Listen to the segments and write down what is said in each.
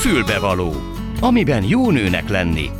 Fülbevaló, amiben jó nőnek lenni.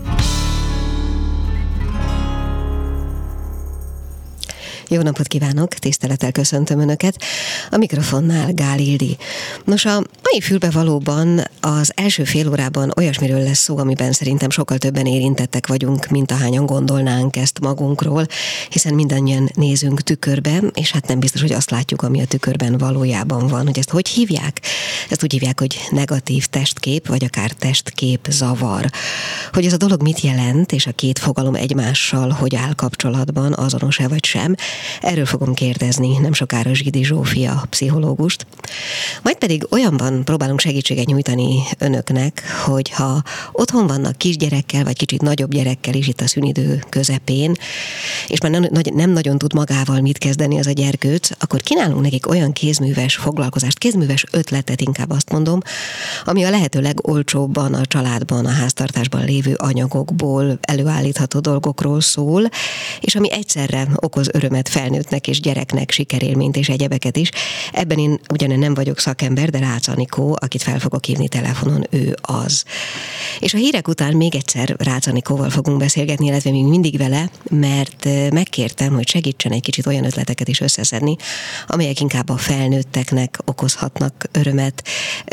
Jó napot kívánok, tisztelettel köszöntöm Önöket. A mikrofonnál Gál Ildi. Nos, a mai Fülbevalóban az első fél órában olyasmiről lesz szó, amiben szerintem sokkal többen érintettek vagyunk, mint ahányan gondolnánk ezt magunkról, hiszen mindannyian nézünk tükörbe, és hát nem biztos, hogy azt látjuk, ami a tükörben valójában van. Hogy ezt hogy hívják? Ezt úgy hívják, hogy negatív testkép, vagy akár testkép zavar. Hogy ez a dolog mit jelent, és a két fogalom egymással hogy áll kapcsolatban, azonos-e vagy sem. Erről fogom kérdezni nem sokára Zsidi Zsófia pszichológust. Majd pedig olyanban próbálunk segítséget nyújtani önöknek, hogyha otthon vannak kisgyerekkel, vagy kicsit nagyobb gyerekkel is itt a szünidő közepén, és már nem nagyon tud magával mit kezdeni az a gyerkőc, akkor kínálunk nekik olyan kézműves foglalkozást, kézműves ötletet, inkább azt mondom, ami a lehető legolcsóbban a családban, a háztartásban lévő anyagokból előállítható dolgokról szól, és ami egyszerre okoz örömet felnőttnek és gyereknek, sikerélményt és egyebeket is. Ebben én ugyan nem vagyok szakember, de Rácz Anikó, akit fel fogok hívni telefonon, ő az. És a hírek után még egyszer Rácz Anikóval fogunk beszélgetni, illetve még mindig vele, mert megkértem, hogy segítsen egy kicsit olyan ötleteket is összeszedni, amelyek inkább a felnőtteknek okozhatnak örömet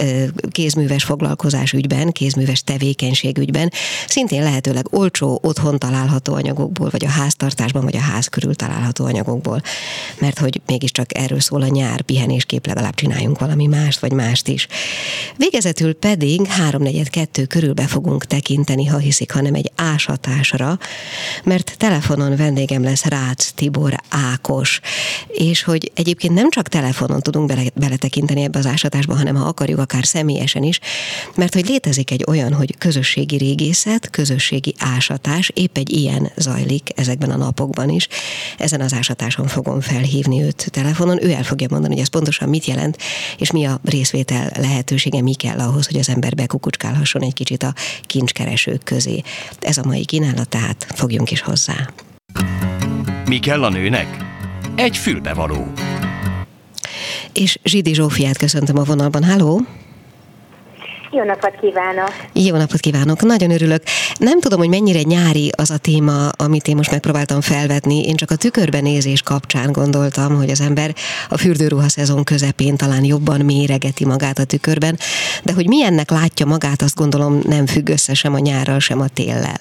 kézműves foglalkozás ügyben, kézműves tevékenység ügyben, szintén lehetőleg olcsó, otthon található anyagokból, vagy a háztartásban, vagy a ház körül található anyagokból. Mert hogy mégiscsak erről szól a nyár, pihenéskép, legalább csináljunk valami mást, vagy mást is. Végezetül pedig 3-4-2 körül be fogunk tekinteni, ha hiszik, hanem egy ásatásra, mert telefonon vendégem lesz Rácz Tibor Ákos, és hogy egyébként nem csak telefonon tudunk beletekinteni ebbe az ásatásba, hanem ha akarjuk, akár személyesen is, mert hogy létezik egy olyan, hogy közösségi régészet, közösségi ásatás, épp egy ilyen zajlik ezekben a napokban is. Ezen az ásatáson fogom felhívni őt telefonon, ő el fogja mondani, hogy ez pontosan mit jelent, és mi a részvétel lehetősége, mi kell ahhoz, hogy az ember bekukucskálhasson egy kicsit a kincskeresők közé. Ez a mai kínálat, tehát fogjunk is hozzá. Mi kell a nőnek? Egy fülbevaló. És Zsidi Zsófiát köszöntöm a vonalban. Halló! Jó napot kívánok! Jó napot kívánok! Nagyon örülök. Nem tudom, hogy mennyire nyári az a téma, amit én most megpróbáltam felvetni. Én csak a tükörbenézés kapcsán gondoltam, hogy az ember a fürdőruha szezon közepén talán jobban méregeti magát a tükörben, de hogy milyennek látja magát, azt gondolom nem függ össze sem a nyárral, sem a téllel.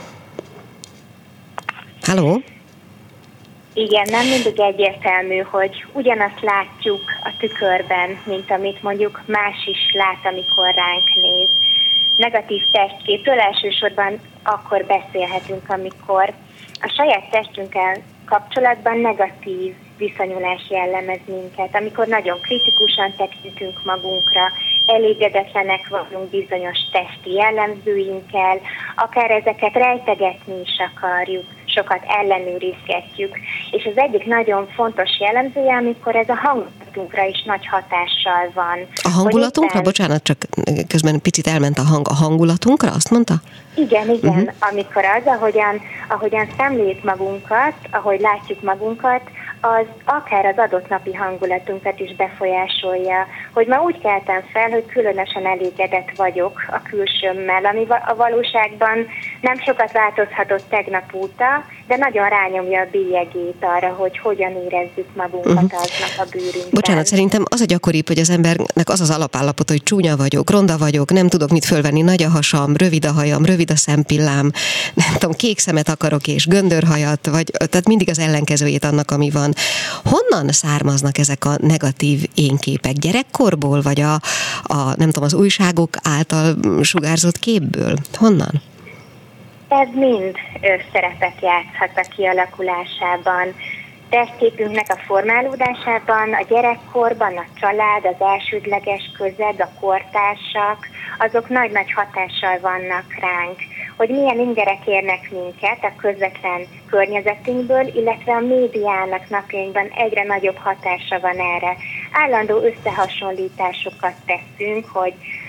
Halló? Igen, nem mindig egyértelmű, hogy ugyanazt látjuk a tükörben, mint amit mondjuk más is lát, amikor ránk néz. Negatív testképről elsősorban akkor beszélhetünk, amikor a saját testünkkel kapcsolatban negatív viszonyulás jellemez minket, amikor nagyon kritikusan tekintünk magunkra, elégedetlenek vagyunk bizonyos testi jellemzőinkkel, akár ezeket rejtegetni is akarjuk, sokat ellenőrizgetjük. És az egyik nagyon fontos jellemzője, amikor ez a hangulatunkra is nagy hatással van. A hangulatunkra? Bocsánat, csak közben picit elment a hang. A hangulatunkra, azt mondta? Igen. Amikor az, ahogyan szemléljük magunkat, ahogy látjuk magunkat, az akár az adott napi hangulatunkat is befolyásolja, hogy ma úgy keltem fel, hogy különösen elégedett vagyok a külsőmmel, ami a valóságban nem sokat változhatott tegnap óta, de nagyon rányomja a bélyegét arra, hogy hogyan érezzük magunkat aznap a bőrünkben. Bocsánat, szerintem az a gyakoribb, hogy az embernek az az alapállapot, hogy csúnya vagyok, ronda vagyok, nem tudok mit fölvenni, nagy a hasam, rövid a hajam, rövid a szempillám, nem tudom, kék szemet akarok és göndörhajat, tehát mindig az ellenkezőjét annak, ami van. Honnan származnak ezek a negatív énképek? Gyerekkorból, vagy nem tudom, az újságok által sugárzott képből? Honnan? Ez mind szerepet játszhat a kialakulásában. Testképünknek a formálódásában, a gyerekkorban, a család, az elsődleges közeg, a kortársak, azok nagy-nagy hatással vannak ránk. Hogy milyen ingerek érnek minket a közvetlen környezetünkből, illetve a médiának napjainkban egyre nagyobb hatása van erre. Állandó összehasonlításokat teszünk, hogy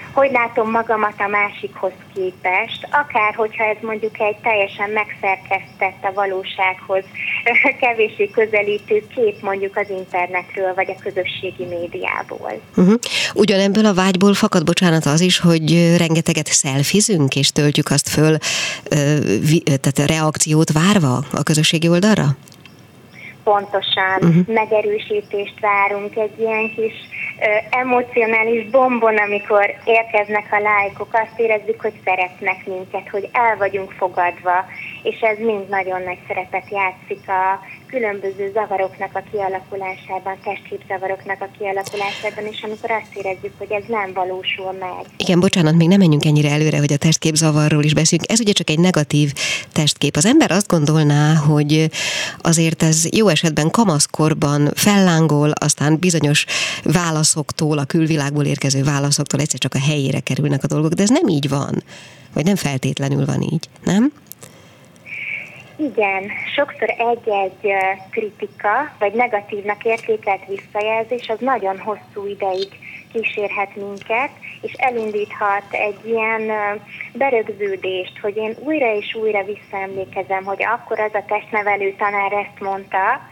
hogy látom magamat a másikhoz képest, akár hogyha ez mondjuk egy teljesen megszerkesztett a valósághoz kevéssé közelítő kép mondjuk az internetről, vagy a közösségi médiából. Ugyanebből a vágyból fakad, bocsánat, az is, hogy rengeteget szelfizünk, és töltjük azt föl, tehát reakciót várva a közösségi oldalra? Pontosan, megerősítést várunk, egy ilyen kis emocionális bombon, amikor érkeznek a lájkok, azt érezzük, hogy szeretnek minket, hogy el vagyunk fogadva, és ez mind nagyon nagy szerepet játszik a különböző zavaroknak a kialakulásában, testképzavaroknak a kialakulásában, és amikor azt érezzük, hogy ez nem valósul meg. Igen, bocsánat, még nem menjünk ennyire előre, hogy a testképzavarról is beszélünk. Ez ugye csak egy negatív testkép. Az ember azt gondolná, hogy azért ez jó esetben kamaszkorban fellángol, aztán bizonyos válaszoktól, a külvilágból érkező válaszoktól egyszer csak a helyére kerülnek a dolgok, de ez nem így van. Vagy nem feltétlenül van így, nem? Igen, sokszor egy-egy kritika, vagy negatívnak értékelt visszajelzés az nagyon hosszú ideig kísérhet minket, és elindíthat egy ilyen berögződést, hogy én újra és újra visszaemlékezem, hogy akkor az a testnevelő tanár ezt mondta,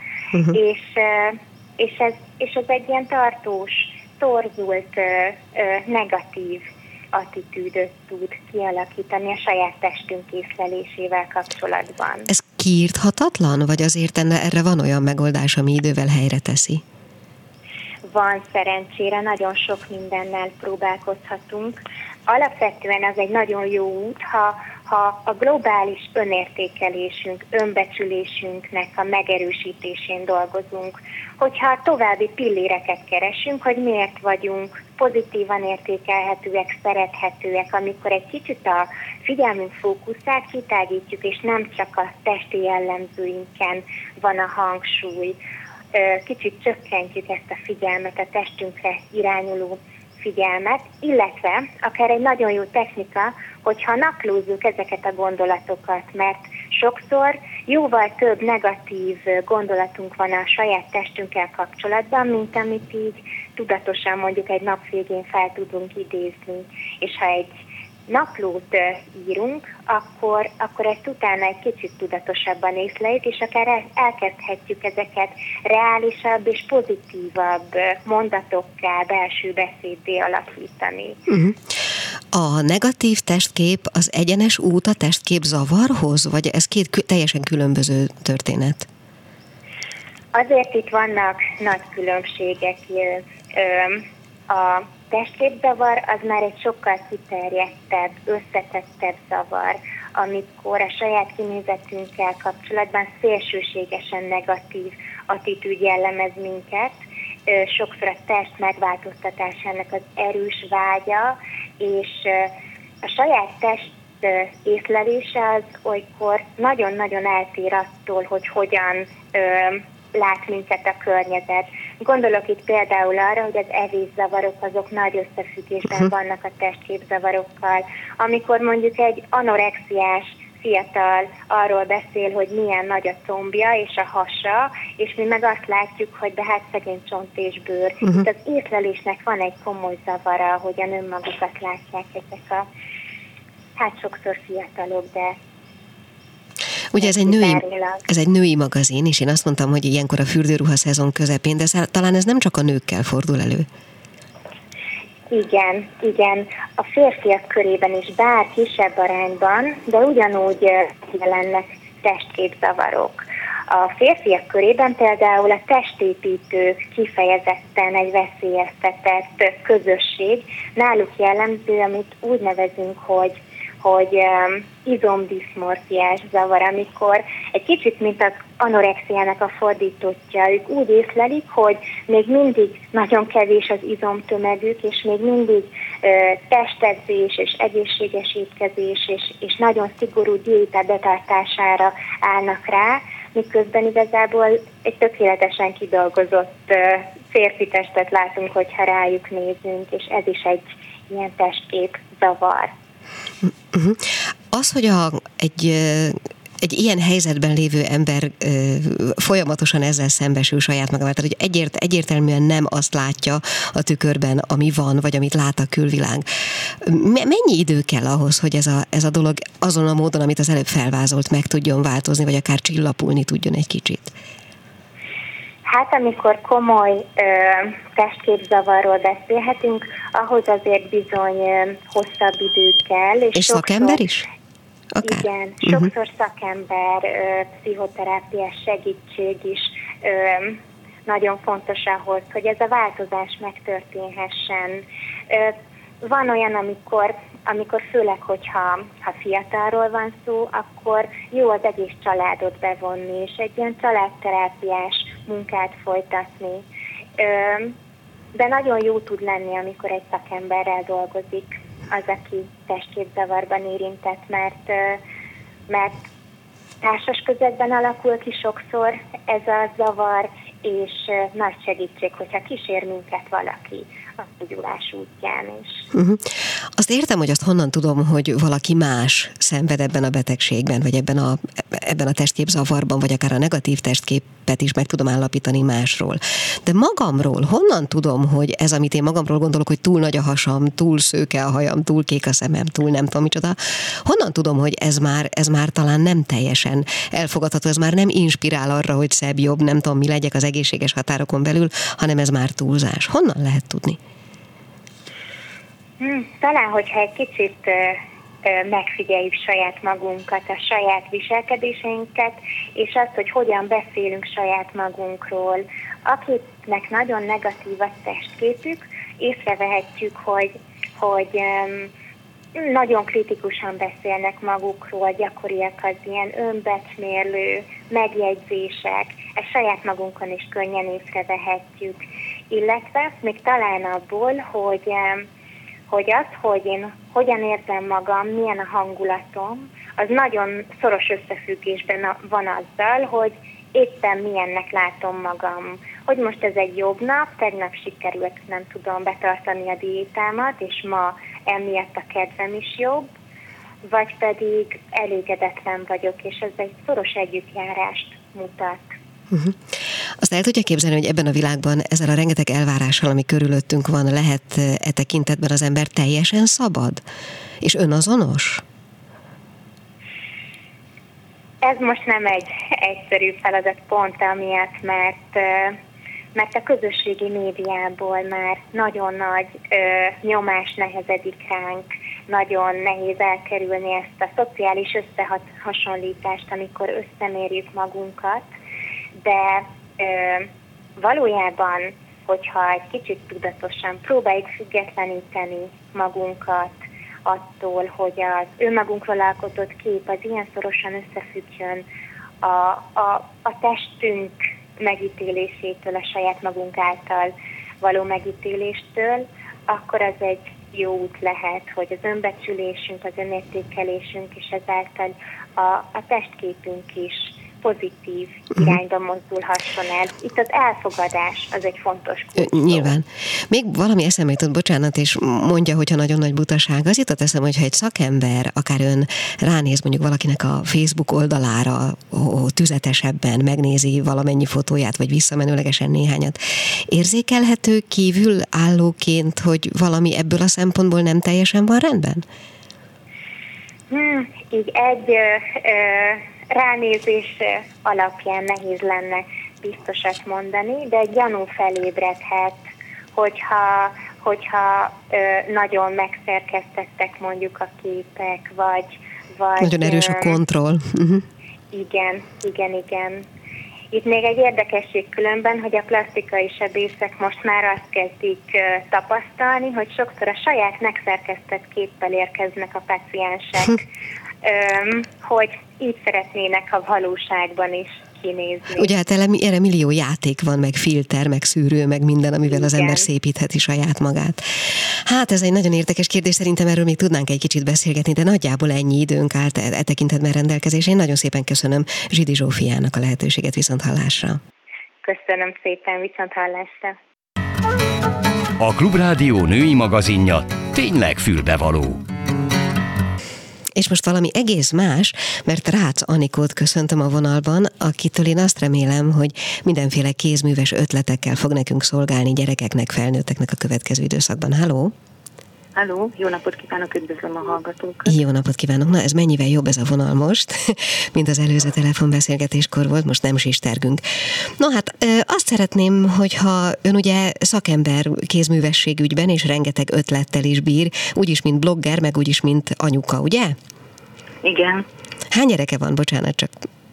és ez egy ilyen tartós, torzult, negatív attitűdöt tud kialakítani a saját testünk észlelésével kapcsolatban. Ez kiírthatatlan, vagy azért erre van olyan megoldás, ami idővel helyre teszi? Van szerencsére, nagyon sok mindennel próbálkozhatunk. Alapvetően az egy nagyon jó út, ha a globális önértékelésünk, önbecsülésünknek a megerősítésén dolgozunk, hogyha további pilléreket keresünk, hogy miért vagyunk pozitívan értékelhetőek, szerethetőek, amikor egy kicsit a figyelmünk fókuszát kitágítjuk, és nem csak a testi jellemzőinken van a hangsúly, kicsit csökkentjük ezt a figyelmet, a testünkre irányuló figyelmet, illetve akár egy nagyon jó technika, hogyha naplózzuk ezeket a gondolatokat, mert sokszor jóval több negatív gondolatunk van a saját testünkkel kapcsolatban, mint amit így tudatosan mondjuk egy nap végén fel tudunk idézni. És ha egy naplót írunk, akkor ezt utána egy kicsit tudatosabban észleljük, és akár elkezdhetjük ezeket reálisabb és pozitívabb mondatokká, belső beszéddé alakítani. A negatív testkép az egyenes út a testkép zavarhoz, vagy ez két teljesen különböző történet? Azért itt vannak nagy különbségek. A testképzavar az már egy sokkal kiterjedtebb, összetettebb zavar, amikor a saját kinézetünkkel kapcsolatban szélsőségesen negatív attitűd jellemez minket, sokszor a test megváltoztatásának az erős vágya, és a saját test észlelése az olykor nagyon-nagyon eltér attól, hogy hogyan lát minket a környezet. Gondolok itt például arra, hogy az evészavarok azok nagy összefüggésben vannak a testképzavarokkal. Amikor mondjuk egy anorexiás fiatal arról beszél, hogy milyen nagy a combja és a hasa, és mi meg azt látjuk, hogy de hát szegény csont és bőr. Itt az észlelésnek van egy komoly zavara, hogyan önmagukat látják ezek a, hát sokszor fiatalok, de ugye ez egy női magazin, és én azt mondtam, hogy ilyenkor a fürdőruha szezon közepén, de talán ez nem csak a nőkkel fordul elő. Igen. A férfiak körében is, bár kisebb arányban, de ugyanúgy jelennek testképzavarok. A férfiak körében például a testépítők kifejezetten egy veszélyeztetett közösség. Náluk jellemző, amit úgy nevezünk, hogy izomdiszmorfiás zavar, amikor egy kicsit, mint az anorexiának a fordítottja, ők úgy észlelik, hogy még mindig nagyon kevés az izomtömegük, és még mindig testedzés és egészséges étkezés, és nagyon szigorú diéta betartására állnak rá, miközben igazából egy tökéletesen kidolgozott férfi testet látunk, hogyha rájuk nézünk, és ez is egy ilyen testkép zavar. Az, hogy egy egy ilyen helyzetben lévő ember folyamatosan ezzel szembesül saját magával, tehát hogy egyértelműen nem azt látja a tükörben, ami van, vagy amit lát a külvilág. Mennyi idő kell ahhoz, hogy ez a dolog azon a módon, amit az előbb felvázolt, meg tudjon változni, vagy akár csillapulni tudjon egy kicsit? Hát amikor komoly testképzavarról beszélhetünk, ahhoz azért bizony hosszabb idő kell. És szakember is? Akár. Igen, sokszor szakember, pszichoterápiás segítség is nagyon fontos ahhoz, hogy ez a változás megtörténhessen. Van olyan, amikor főleg, hogyha fiatalról van szó, akkor jó az egész családot bevonni, és egy ilyen családterápiás munkát folytatni. De nagyon jó tud lenni, amikor egy szakemberrel dolgozik az, aki testképzavarban érintett, mert társas közegben alakul ki sokszor ez a zavar, és nagy segítség, hogyha kísér minket valaki a gyógyulás útján is. Azt értem, hogy azt honnan tudom, hogy valaki más szenved ebben a betegségben, vagy ebben a testképzavarban, vagy akár a negatív testképet is meg tudom állapítani másról. De magamról honnan tudom, hogy ez, amit én magamról gondolok, hogy túl nagy a hasam, túl szőke a hajam, túl kék a szemem, túl nem tudom micsoda, honnan tudom, hogy ez már talán nem teljesen elfogadható, ez már nem inspirál arra, hogy szebb, jobb, nem tudom mi legyek az egészséges határokon belül, hanem ez már túlzás. Honnan lehet tudni? Talán, hogyha egy kicsit megfigyeljük saját magunkat, a saját viselkedéseinket, és azt, hogy hogyan beszélünk saját magunkról. Akiknek nagyon negatív a testképük, észrevehetjük, hogy nagyon kritikusan beszélnek magukról, gyakoriak az ilyen önbecsmérlő megjegyzések, ezt saját magunkon is könnyen észrevehetjük. Illetve még talán abból, hogy én hogyan érzem magam, milyen a hangulatom, az nagyon szoros összefüggésben van azzal, hogy éppen milyennek látom magam. Hogy most ez egy jobb nap, tegnap sikerült, nem tudom, betartani a diétámat, és ma emiatt a kedvem is jobb, vagy pedig elégedetlen vagyok, és ez egy szoros együttjárást mutat. Azt el tudja képzelni, hogy ebben a világban ezzel a rengeteg elvárással, ami körülöttünk van, lehet tekintetben az ember teljesen szabad? És önazonos? Ez most nem egy egyszerű feladat pont amiatt, mert a közösségi médiából már nagyon nagy nyomás nehezedik ránk, nagyon nehéz elkerülni ezt a szociális összehasonlítást, amikor összemérjük magunkat, de valójában, hogyha egy kicsit tudatosan próbáljuk függetleníteni magunkat attól, hogy az önmagunkról alkotott kép az ilyen szorosan összefüggjön a testünk megítélésétől, a saját magunk által való megítéléstől, akkor az egy jó út lehet, hogy az önbecsülésünk, az önértékelésünk és ezáltal a testképünk is pozitív irányba mozdulhasson el. Itt az elfogadás az egy fontos kulcs. Nyilván. Még valami eszembe jutott, bocsánat, és mondja, hogyha nagyon nagy butaság. Az jutott eszembe, hogyha egy szakember, akár ön ránéz mondjuk valakinek a Facebook oldalára, tüzetesebben megnézi valamennyi fotóját, vagy visszamenőlegesen néhányat, érzékelhető kívül állóként, hogy valami ebből a szempontból nem teljesen van rendben? Így egy ránézés alapján nehéz lenne biztosat mondani, de egy gyanú felébredhet, hogyha nagyon megszerkesztettek mondjuk a képek, vagy nagyon erős a kontroll. Igen. Itt még egy érdekesség különben, hogy a plasztikai sebészek most már azt kezdik tapasztalni, hogy sokszor a saját megszerkesztett képpel érkeznek a paciensek, hogy így szeretnének a valóságban is kinézni. Ugye hát erre millió játék van, meg filter, meg szűrő, meg minden, amivel az ember szépítheti saját magát. Hát ez egy nagyon érdekes kérdés, szerintem erről még tudnánk egy kicsit beszélgetni, de nagyjából ennyi időnk állt e tekintetben rendelkezésre. Én nagyon szépen köszönöm Zsidi Zsófiának a lehetőséget, viszonthallásra. Köszönöm szépen, viszonthallásra. A Klubrádió női magazinja tényleg fülbevaló. És most valami egész más, mert Rácz Anikót köszöntöm a vonalban, akitől én azt remélem, hogy mindenféle kézműves ötletekkel fog nekünk szolgálni gyerekeknek, felnőtteknek a következő időszakban. Halló! Halló, jó napot kívánok, üdvözlöm a hallgatókat. Jó napot kívánok! Na, ez mennyivel jobb ez a vonal most, mint az előző telefonbeszélgetéskor volt, most nem sistergünk. No hát, azt szeretném, hogyha ön ugye szakember kézművességügyben, és rengeteg ötlettel is bír, úgyis, mint blogger, meg úgyis, mint anyuka, ugye? Igen. Hány gyereke van, bocsánat, csak...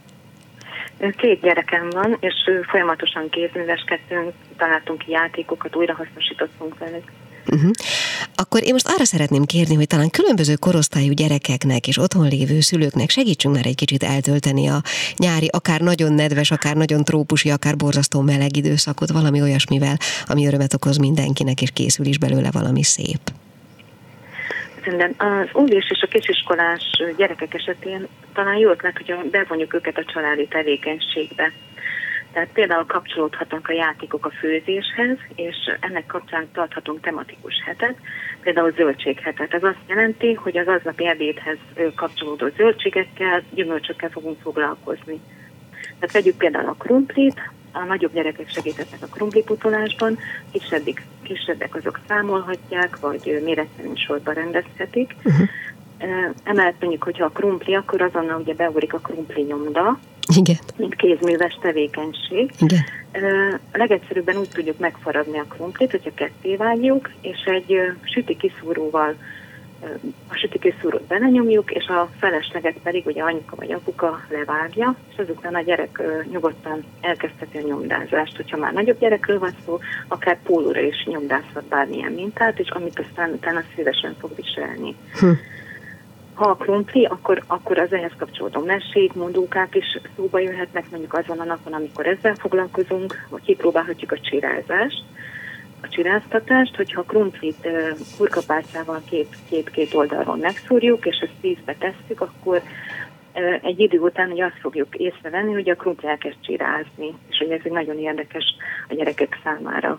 2 gyerekem van, és folyamatosan kézműveskedtünk, találtunk ki játékokat, újrahasznosítottunk velük. Akkor én most arra szeretném kérni, hogy talán különböző korosztályú gyerekeknek és otthon lévő szülőknek segítsünk már egy kicsit eltölteni a nyári, akár nagyon nedves, akár nagyon trópusi, akár borzasztó meleg időszakot valami olyasmivel, ami örömet okoz mindenkinek, és készül is belőle valami szép. Szerintem az óvés és a kisiskolás gyerekek esetén talán jó ötlet, hogyha bevonjuk őket a családi tevékenységbe. Tehát például kapcsolódhatnak a játékok a főzéshez, és ennek kapcsán tarthatunk tematikus hetet, például zöldséghetet. Ez azt jelenti, hogy az aznapi ebédhez kapcsolódó zöldségekkel, gyümölcsökkel fogunk foglalkozni. Tehát vegyük például a krumplit, a nagyobb gyerekek segítettek a krumpliputolásban, kisebbek azok számolhatják, vagy méret szerint sorba rendezhetik. Emellett mondjuk, hogyha a krumpli, akkor azonnal ugye beugrik a krumpli nyomda, igen, mint kézműves tevékenység. Igen. A legegyszerűbben úgy tudjuk megfaragni a krumplit, hogyha ketté vágjuk, és egy sütikiszúróval a sütikiszúrót belenyomjuk, és a felesleget pedig ugye anyuka vagy apuka levágja, és azután a gyerek nyugodtan elkezdheti a nyomdázást. Hogyha már nagyobb gyerekről van szó, akár pólóra is nyomdázhat bármilyen mintát, és amit aztán utána szívesen fog viselni. Ha a krumpli, akkor az ehhez kapcsolódó mesék, mondókák is szóba jöhetnek, mondjuk azon a napon, amikor ezzel foglalkozunk, vagy kipróbálhatjuk a csirázást, a csiráztatást, hogyha a krumplit hurkapálcával két oldalról megszúrjuk, és ezt vízbe tesszük, akkor egy idő után ugye azt fogjuk észrevenni, hogy a krumpli elkezd csirázni, és ugye ez nagyon érdekes a gyerekek számára.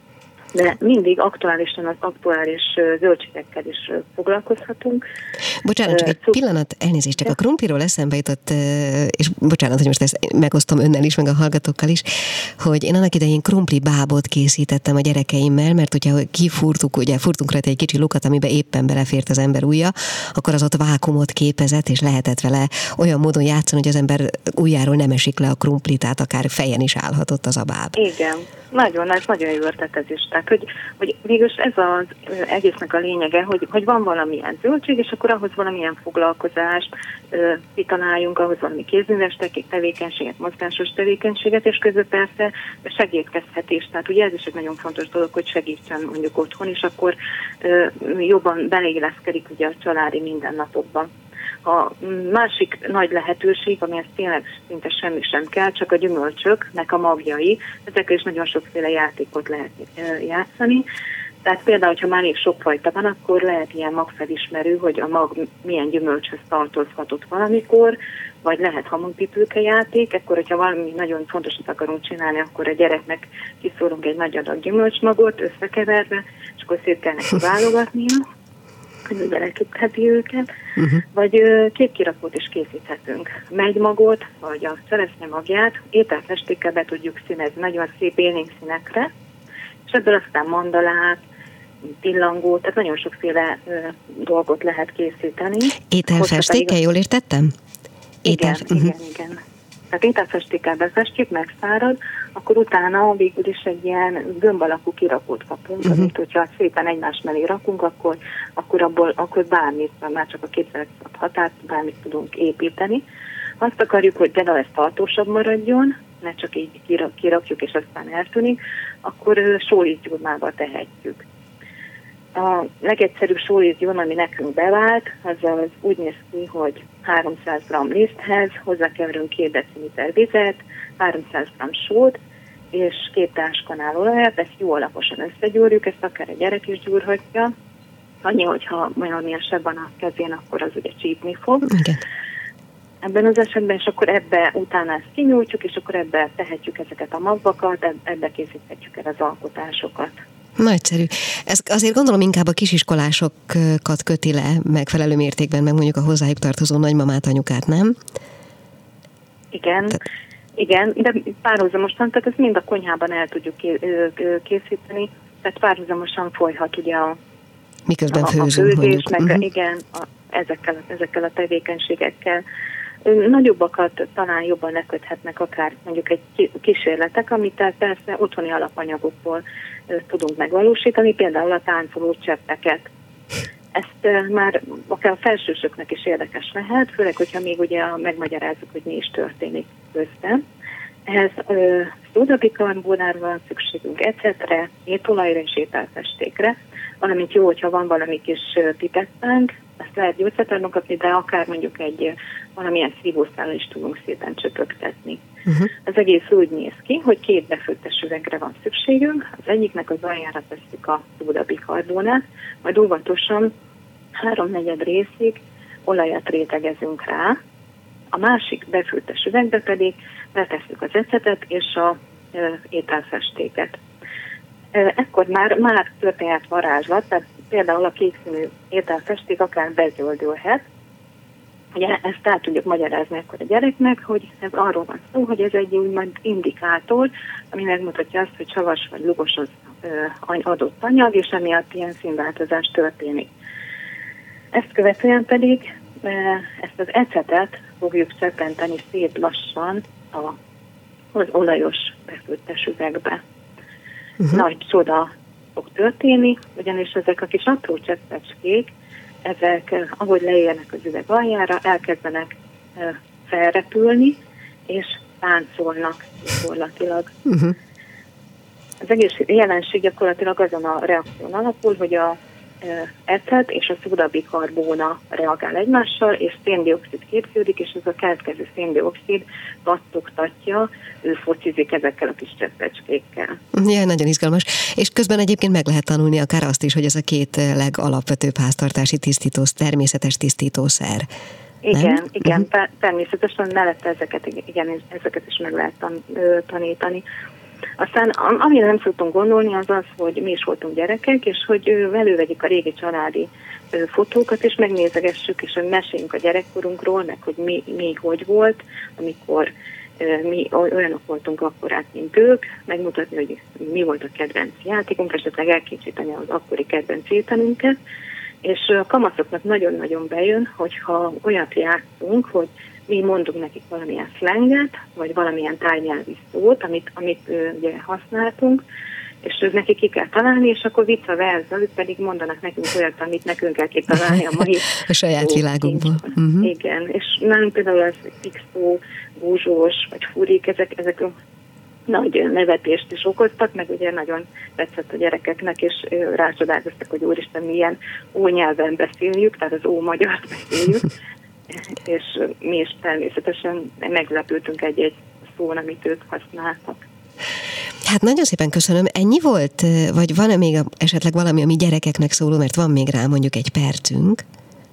De mindig aktuálisan az aktuális zöldségekkel is foglalkozhatunk. Bocsánat, csak egy pillanat, elnézést, csak a krumpliról eszembe jutott, és bocsánat, hogy most ezt megosztom önnel is, meg a hallgatókkal is, hogy én annak idején krumpli bábot készítettem a gyerekeimmel, mert hogyha furtunk rajta egy kicsi lukat, amiben éppen belefért az ember ujja, akkor az ott vákumot képezett, és lehetett vele olyan módon játszani, hogy az ember ujjáról nem esik le a krumpli, tehát akár fejen is állhatott az a báb. Igen. Nagyon jó ötlet ez is. Tehát, hogy végülis ez az egésznek a lényege, hogy van valamilyen zöldség, és akkor ahhoz valamilyen foglalkozást kitaláljunk, ahhoz valami kézműves tevékenységet, mozgásos tevékenységet, és közben persze segítkezhetés. Tehát ugye ez is egy nagyon fontos dolog, hogy segítsen mondjuk otthon, és akkor jobban beleilleszkedik ugye a családi mindennapokban. A másik nagy lehetőség, amihez tényleg szinte semmi sem kell, csak a gyümölcsöknek a magjai, ezekkel is nagyon sokféle játékot lehet játszani. Tehát például, ha már sokfajta van, akkor lehet ilyen magfelismerő, hogy a mag milyen gyümölcshöz tartozhatott valamikor, vagy lehet hamunkpipőke játék, akkor, hogyha valami nagyon fontosat akarunk csinálni, akkor a gyereknek kiszórunk egy nagy adag gyümölcsmagot összekeverve, és akkor szét kell neki válogatnia, hogy belekütheti őket, vagy képkirakót is készíthetünk. Megymagot, vagy a cseresznye magját ételfestékkel be tudjuk színezni nagyon szép élénk színekre, és ebből aztán mandalát, pillangót, tehát nagyon sokféle dolgot lehet készíteni. Ételfestékkel, jól értettem? Igen. Tehát ételfestékkel befestjük, megszárad, akkor utána végül is egy ilyen gömb alakú kirakót kapunk, amit hogyha szépen egymás mellé rakunk, akkor abból bármit, már csak a képzeletszat határt, bármit tudunk építeni. Azt akarjuk, hogy például ez tartósabb maradjon, ne csak így kirakjuk és aztán eltűnik, akkor sólisztgyurmába tehetjük. A legegyszerűbb sólisztgyurma, ami nekünk bevált, az úgy néz ki, hogy 300 g liszthez hozzákeverünk 2 deciliter vizet, 300 g sót és 2 társkanál olajat, ezt jó alaposan összegyúrjuk, ezt akár a gyerek is gyúrhatja. Annyi, hogyha valamilyen seb van a kezén, akkor az ugye csípni fog. Igen. Ebben az esetben, és akkor ebbe utána ezt kinyújtjuk, és akkor ebbe tehetjük ezeket a magvakat, ebbe készíthetjük el az alkotásokat. Nagyszerű. Ez azért gondolom inkább a kisiskolásokat köti le megfelelő mértékben, meg mondjuk a hozzájuk tartozó nagymamát, anyukát, nem? Igen, de párhuzamosan, tehát ezt mind a konyhában el tudjuk készíteni, tehát párhuzamosan folyhat ugye miközben a főzünk, főzés, meg igen, ezekkel a tevékenységekkel. Nagyobbakat talán jobban leköthetnek akár mondjuk egy kísérletek, amit persze otthoni alapanyagokból tudunk megvalósítani, például a táncoló cseppeket. Ezt már akár a felsősöknek is érdekes lehet, főleg, hogyha még ugye megmagyarázzuk, hogy mi is történik közben. Ehhez szódabikarbónára van szükségünk, ecetre, étolajra és ételfestékre, valamint jó, hogyha van valami kis pipettánk, ezt lehet gyógyszertárban kapni, de akár mondjuk valamilyen szívószállal is tudunk szépen csöpögtetni. Az egész úgy néz ki, hogy 2 befőttes üvegre van szükségünk, az egyiknek az aljára tesszük a szódabikarbónát, majd óvatosan 3/4 részig olajat rétegezünk rá, a másik befőttes üvegbe pedig betesszük az ecetet és a ételfestéket. Ekkor már történhet varázslat, tehát például a kékszínű ételfesték akár bezöldülhet. Ugye ezt el tudjuk magyarázni akkor a gyereknek, hogy ez arról van szó, hogy ez egy úgymond indikátor, ami megmutatja azt, hogy savas vagy lugos az adott anyag, és emiatt ilyen színváltozás történik. Ezt követően pedig ezt az ecetet fogjuk cseppenteni szép lassan az olajos befőttes üvegbe. Nagy csoda fog történni, ugyanis ezek a kis apró cseppecskék, ezek, ahogy leérnek az üveg aljára, elkezdenek felrepülni, és táncolnak gyakorlatilag. Az egész jelenség gyakorlatilag azon a reakción alapul, hogy a ecet és a szódabikarbóna reagál egymással, és széndioxid képződik, és ez a keletkező széndioxid pattogtatja, ő focizik ezekkel a kis cseppecskékkel. Ja, nagyon izgalmas. És közben egyébként meg lehet tanulni akár azt is, hogy ez a 2 legalapvetőbb háztartási természetes tisztítószer. Igen, természetesen mellette ezeket is meg lehet tanítani. Aztán amire nem szoktunk gondolni, az az, hogy mi is voltunk gyerekek, és hogy elővegyük a régi családi fotókat, és megnézegessük, és meséljünk a gyerekkorunkról, meg hogy mi hogy volt, amikor mi olyanok voltunk akkorát, mint ők, megmutatni, hogy mi volt a kedvenc játékunk, esetleg elkészíteni az akkori kedvenc ételünket, és a kamaszoknak nagyon-nagyon bejön, hogyha olyat játszunk, hogy mi mondunk nekik valamilyen szlenget, vagy valamilyen tájnyelvi szót, amit ugye használtunk, és nekik ki kell találni, és akkor vice versa, ők pedig mondanak nekünk olyat, amit nekünk kell kitalálni a mai a saját világunkból. Igen, és nálunk például az X-szó, búzsós, vagy furik, ezek nagy nevetést is okoztak, meg ugye nagyon tetszett a gyerekeknek, és rácsodálkoztak, hogy úristen, milyen ónyelven beszéljük, tehát az ómagyart beszéljük, és mi is természetesen meglepültünk egy szón, amit ők használtak. Hát nagyon szépen köszönöm. Ennyi volt? Vagy van-e még esetleg valami, ami gyerekeknek szóló, mert van még rá mondjuk egy percünk?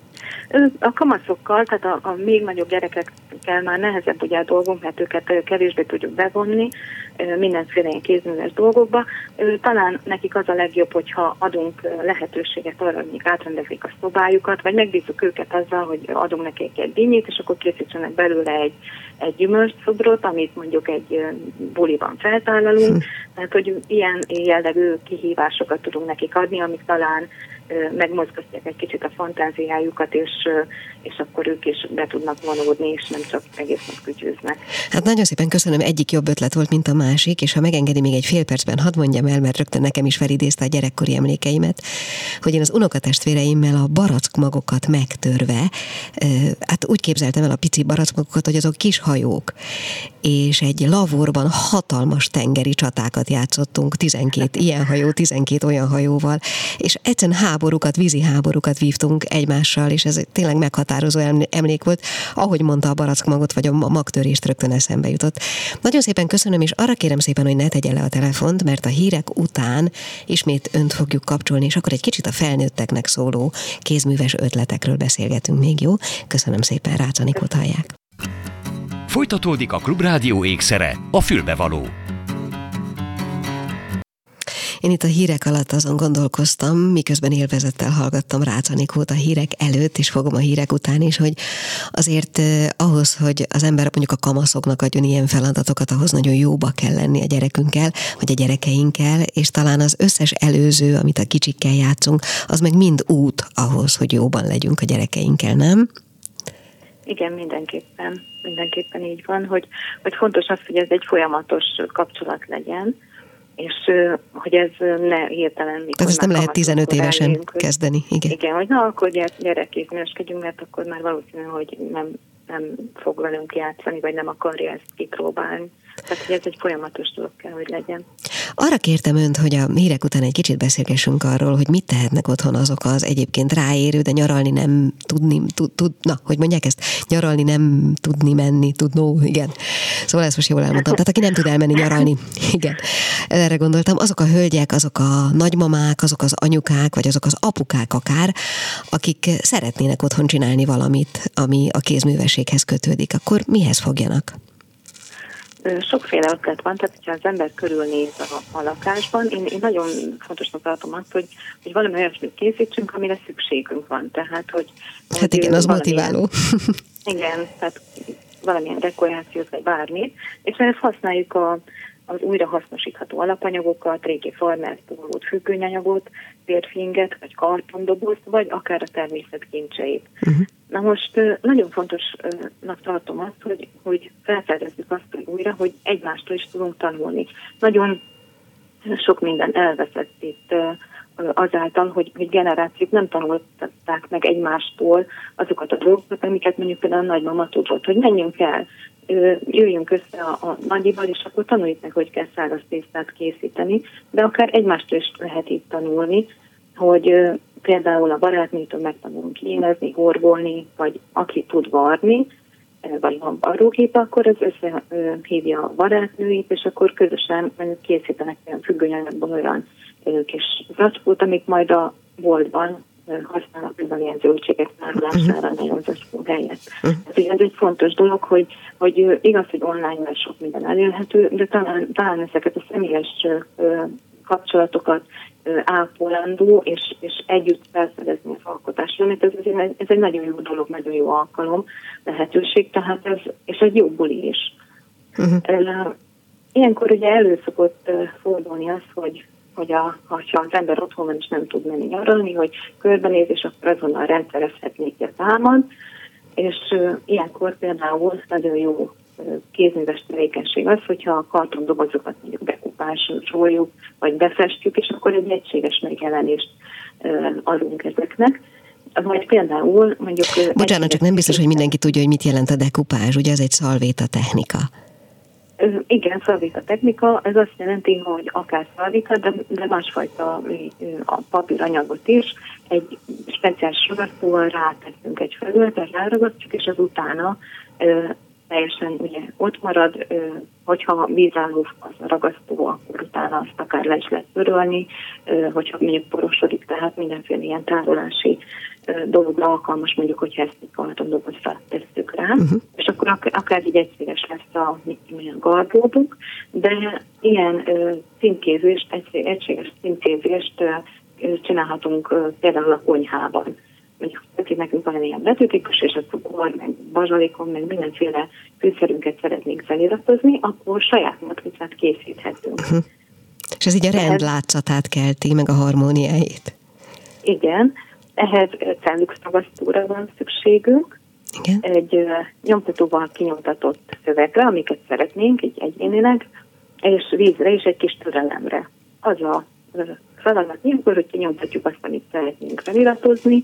A kamaszokkal, tehát a még nagyobb gyerekekkel már nehezebb ugye a dolgunk, mert őket kevésbé tudjuk bevonni mindenféle ilyen kézműves dolgokba. Talán nekik az a legjobb, hogyha adunk lehetőséget arra, hogy még átrendezik a szobájukat, vagy megbízunk őket azzal, hogy adunk nekik egy dinnyét, és akkor készítsenek belőle egy gyümölcsszobrot, amit mondjuk egy buliban feltállalunk. Tehát, hogy ilyen jellegű kihívásokat tudunk nekik adni, amik talán megmozgatják egy kicsit a fantáziájukat, és akkor ők is be tudnak vonódni, és nem csak egész nap kütyűznek. Hát nagyon szépen köszönöm, egyik jobb ötlet volt, mint a másik, és ha megengedi még egy fél percben, hadd mondjam el, mert rögtön nekem is felidézte a gyerekkori emlékeimet, hogy én az unokatestvéreimmel a barackmagokat megtörve, hát úgy képzeltem el a pici barackmagokat, hogy azok kis hajók, és egy lavorban hatalmas tengeri csatákat játszottunk, 12 ilyen hajó, 12 olyan hajóval, és egyszerűen vízi háborúkat vívtunk egymással, és ez tényleg meghatározó emlék volt. Ahogy mondta a barackmagot, vagy a magtörést, rögtön eszembe jutott. Nagyon szépen köszönöm, és arra kérem szépen, hogy ne tegye le a telefont, mert a hírek után ismét önt fogjuk kapcsolni, és akkor egy kicsit a felnőtteknek szóló kézműves ötletekről beszélgetünk még, jó? Köszönöm szépen, Rácz Anikót hallják. Folytatódik a Klubrádió ékszere, a fülbevaló. Én itt a hírek alatt azon gondolkoztam, miközben élvezettel hallgattam Rácz Anikót a hírek előtt, és fogom a hírek után is, hogy azért ahhoz, hogy az ember mondjuk a kamaszoknak adjon ilyen feladatokat, ahhoz nagyon jóba kell lenni a gyerekünkkel, vagy a gyerekeinkkel, és talán az összes előző, amit a kicsikkel játszunk, az meg mind út ahhoz, hogy jóban legyünk a gyerekeinkkel, nem? Igen, mindenképpen így van, hogy fontos az, hogy ez egy folyamatos kapcsolat legyen, és hogy ez ne hirtelen... Tehát ezt nem lehet 15 évesen kezdeni. Igen, hogy na, akkor gyerekét nőskedjünk, mert akkor már valószínű, hogy nem fog velünk játszani, vagy nem akarja ezt kipróbálni. Tehát, hogy ez egy folyamatos dolog kell, hogy legyen. Arra kértem önt, hogy a hírek után egy kicsit beszélgessünk arról, hogy mit tehetnek otthon azok az egyébként ráérő, de nyaralni nem tudni, hogy mondják ezt? Nyaralni nem tudni menni, igen. Szóval ezt most jól elmondtam. Tehát aki nem tud elmenni nyaralni, igen. Erre gondoltam. Azok a hölgyek, azok a nagymamák, azok az anyukák, vagy azok az apukák akár, akik szeretnének otthon csinálni valamit, ami a kézművességhez kötődik, akkor mihez fogjanak? Sokféle ötlet van, tehát hogyha az ember körülnéz a lakásban, én nagyon fontosnak tartom azt, hogy valami olyasmit készítsünk, amire szükségünk van. Tehát, hogy igen, az motiváló. Igen, tehát valamilyen dekorációt, vagy bármit, és ezt használjuk az újrahasznosítható alapanyagokat, régi farmert, pólót, függönyanyagot, térfinget, vagy kartondobozt, vagy akár a természet kincseit. Na most nagyon fontosnak tartom azt, hogy felfedezzük azt újra, hogy egymástól is tudunk tanulni. Nagyon sok minden elveszett itt azáltal, hogy generációk nem tanulták meg egymástól azokat a dolgokat, amiket mondjuk például a nagymama tudott, hogy menjünk el, jöjjünk össze a nagyival, és akkor tanuljuk meg, hogy kell száraz tésztát készíteni, de akár egymástól is lehet itt tanulni, hogy például a barátnőtől megtanulunk kínezni, horgolni, vagy aki tud varni, vagy van varróképe, akkor az összehívja a barátnőit, és akkor közösen készítenek olyan függönyanyagból olyan kis zacskót, amik majd a boltban használnak például ilyen zöldségek tárolására nagyon zacskó helyett. Tehát ez egy fontos dolog, hogy igaz, hogy online sok minden elérhető, de talán ezeket a személyes kapcsolatokat ápolandó, és együtt felfedezni az alkotásra, mert ez egy nagyon jó dolog, nagyon jó alkalom, lehetőség, tehát és egy jó buli is. Ilyenkor ugye elő szokott fordulni az, hogy ha az ember otthon van és nem tud menni nyaralni, hogy körbenéz, és akkor azonnal rendszerezhetnék a támad, és ilyenkor például nagyon jó kézműves tevékenység az, hogyha a kartondobozokat mondjuk bekupásoljuk, vagy befestjük, és akkor egy egységes megjelenést adunk ezeknek. Vagy például mondjuk... Bocsánat, csak nem biztos, hogy mindenki tudja, hogy mit jelent a dekupázs, ugye ez egy szalvéta technika. Igen, szalvéta technika, ez azt jelenti, hogy akár szalvéta, de másfajta a papíranyagot is, egy speciális ragasztóval ráteszünk egy felületet, ráragasztjuk, és az utána teljesen ugye ott marad, hogyha vízálló az a ragasztó, akkor utána azt akár le is lehet törölni, hogyha mondjuk porosodik, tehát mindenféle ilyen tárolási dologra alkalmas, mondjuk, hogyha ezt egy kartondobozra tesszük rá, és akkor akár így egységes lesz a gardróbunk, de ilyen címkézést, egységes címkézést csinálhatunk például a konyhában. Mondjuk, hogy nekünk van ilyen betűtípus, és a cukor, meg bazsalikon, meg mindenféle fűszerünket szeretnénk feliratozni, akkor saját matricát készíthetünk. És ez így a rendlátszatát kelti, meg a harmóniáit. Igen, ehhez cellux-ragasztóra van szükségünk, igen. Egy nyomtatóval kinyomtatott szövegre, amiket szeretnénk, egy egyénileg, és vízre és egy kis türelemre. Az a feladat ilyenkor, hogy kinyomtatjuk azt, amit szeretnénk feliratozni,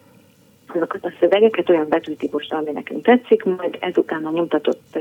azokat a szövegeket olyan betűtípusra, ami nekünk tetszik, majd ezután a nyomtatott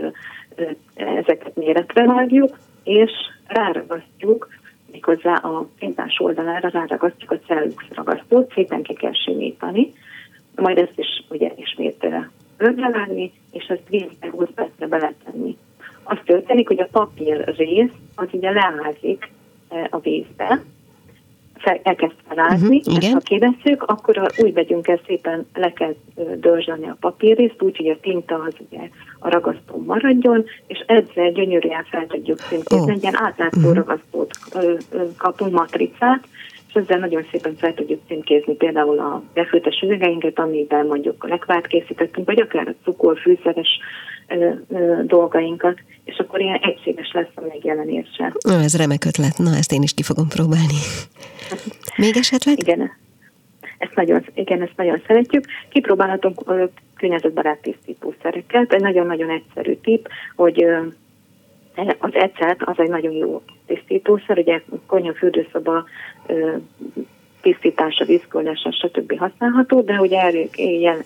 ezeket méretre vágjuk, és ráragasztjuk, méghozzá a printás oldalára ráragasztjuk a cellux ragasztót, szépen ki kell simítani, majd ezt is ugye ismét röglevágni, és ezt vízbe 20 percre beletenni. Az történik, hogy a papír rész az ugye leázik a vízbe, elkezd felázni, igen. ha kivesszük, akkor úgy megyünk el, szépen le kell dörzsölni a papírrészt, úgyhogy a tinta az ugye a ragasztó maradjon, és ezzel gyönyörűen fel tudjuk címkézni, egy ilyen átlátszó ragasztót kapunk, matricát, és ezzel nagyon szépen fel tudjuk címkézni például a befőttes üvegeinket, amiben mondjuk a lekvárt készítettünk, vagy akár a cukorfűszeres dolgainkat, és akkor ilyen egységes lesz a megjelenése. Ez remek ötlet, na ezt én is ki fogom próbálni. Még esetleg? Igen, ezt nagyon szeretjük. Kipróbálhatunk környezetbarát tisztítószereket. Egy nagyon-nagyon egyszerű tipp, hogy az ecet az egy nagyon jó tisztítószer, ugye konyha, fürdőszoba tisztítása, vízkólása, stb. Használható, de hogy ilyen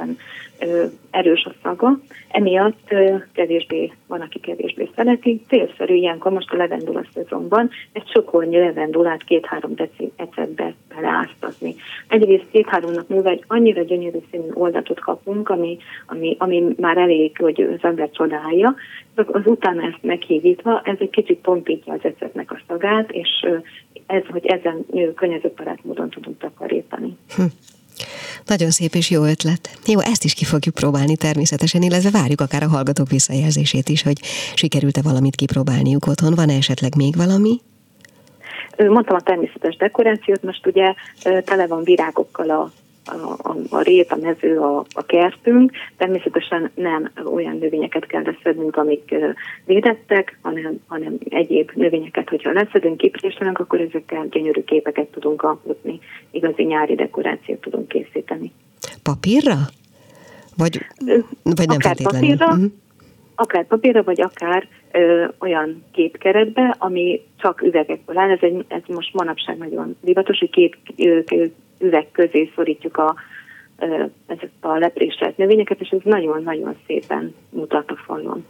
erős a szaga, emiatt van, aki kevésbé szereti. Célszerű ilyenkor most a levendula szezonban egy sokornyi levendulát 2-3 deci ecetbe beleáztatni. Egyrészt 2-3 nap múlva egy annyira gyönyörű színű oldatot kapunk, ami már elég, hogy az ember csodálja. Az utána ezt meghígítva, ez egy kicsit pontítja az ecetnek a szagát, és hogy ezen környezetbarát módon tudunk takarítani. Nagyon szép és jó ötlet. Jó, ezt is ki fogjuk próbálni természetesen, illetve várjuk akár a hallgatók visszajelzését is, hogy sikerült-e valamit kipróbálniuk otthon. Van-e esetleg még valami? Mondtam a természetes dekorációt, most ugye tele van virágokkal a rét, a mező, a kertünk. Természetesen nem olyan növényeket kell leszednünk, amik védettek, hanem egyéb növényeket, hogyha leszedünk, kipréselünk, akkor ezekkel gyönyörű képeket tudunk alkotni, igazi nyári dekorációt tudunk készíteni. Papírra? Vagy nem akár feltétlenül? Akár papírra, vagy akár olyan képkeretbe, ami csak üvegekből áll. Ez most manapság nagyon divatos, hogy két üveg közé szorítjuk ezeket a lepréselt növényeket, és ez nagyon-nagyon szépen mutat a falon.